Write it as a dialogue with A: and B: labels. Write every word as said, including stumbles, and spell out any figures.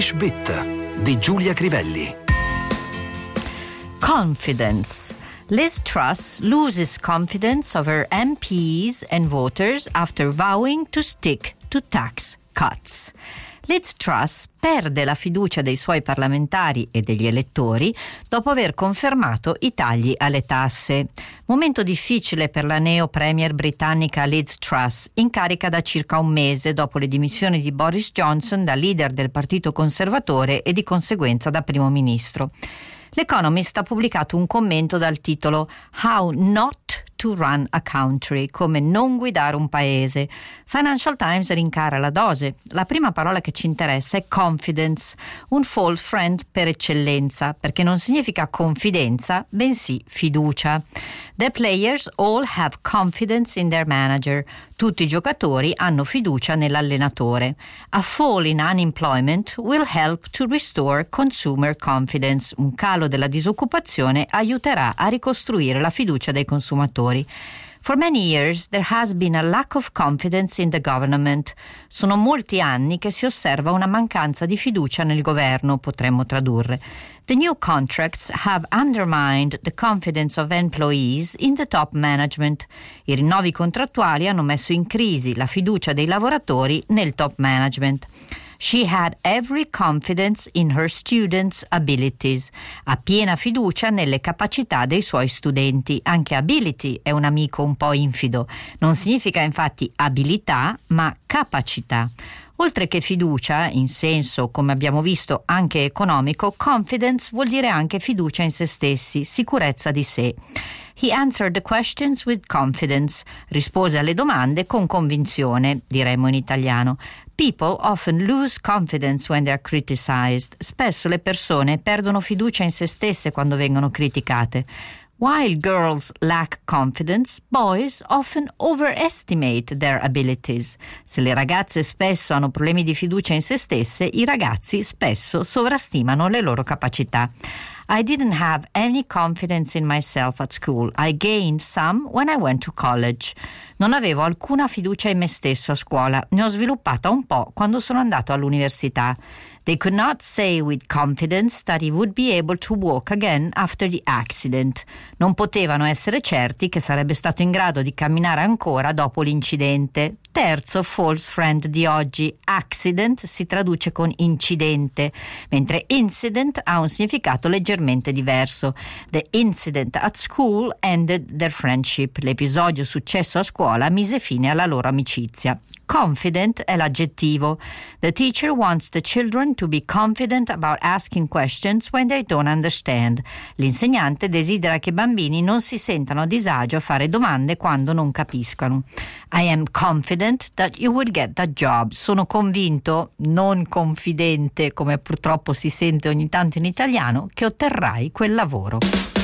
A: English Bit di Giulia Crivelli.
B: Confidence. Liz Truss loses confidence of her M Ps and voters after vowing to stick to tax cuts. Liz Truss perde la fiducia dei suoi parlamentari e degli elettori dopo aver confermato i tagli alle tasse. Momento difficile per la neo premier britannica Liz Truss, in carica da circa un mese dopo le dimissioni di Boris Johnson da leader del Partito Conservatore e di conseguenza da primo ministro. L'Economist ha pubblicato un commento dal titolo How Not to Run a Country, come non guidare un paese. Financial Times rincara la dose. La prima parola che ci interessa è confidence, un false friend per eccellenza, perché non significa confidenza, bensì fiducia. The players all have confidence in their manager. Tutti i giocatori hanno fiducia nell'allenatore. A fall in unemployment will help to restore consumer confidence. Un calo della disoccupazione aiuterà a ricostruire la fiducia dei consumatori. For many years there has been a lack of confidence in the government. Sono molti anni che si osserva una mancanza di fiducia nel governo, potremmo tradurre. The new contracts have undermined the confidence of employees in the top management. I rinnovi contrattuali hanno messo in crisi la fiducia dei lavoratori nel top management. She had every confidence in her students' abilities. Ha piena fiducia nelle capacità dei suoi studenti. Anche ability è un amico un po' infido. Non significa infatti abilità, ma capacità. Oltre che fiducia, in senso, come abbiamo visto, anche economico, confidence vuol dire anche fiducia in se stessi, sicurezza di sé. He answered the questions with confidence. Rispose alle domande con convinzione, diremmo in italiano. People often lose confidence when they are criticized. Spesso le persone perdono fiducia in se stesse quando vengono criticate. While girls lack confidence, boys often overestimate their abilities. Se le ragazze spesso hanno problemi di fiducia in se stesse, i ragazzi spesso sovrastimano le loro capacità. I didn't have any confidence in myself at school. I gained some when I went to college. Non avevo alcuna fiducia in me stesso a scuola. Ne ho sviluppata un po' quando sono andato all'università. They could not say with confidence that he would be able to walk again after the accident. Non potevano essere certi che sarebbe stato in grado di camminare ancora dopo l'incidente. Terzo false friend di oggi. Accident si traduce con incidente, mentre incident ha un significato leggermente diverso. The incident at school ended their friendship. L'episodio successo a scuola mise fine alla loro amicizia. Confident è l'aggettivo. The teacher wants the children to be confident about asking questions when they don't understand. L'insegnante desidera che i bambini non si sentano a disagio a fare domande quando non capiscono. I am confident that you would get that job. Sono convinto, non confidente, come purtroppo si sente ogni tanto in italiano, che otterrai quel lavoro.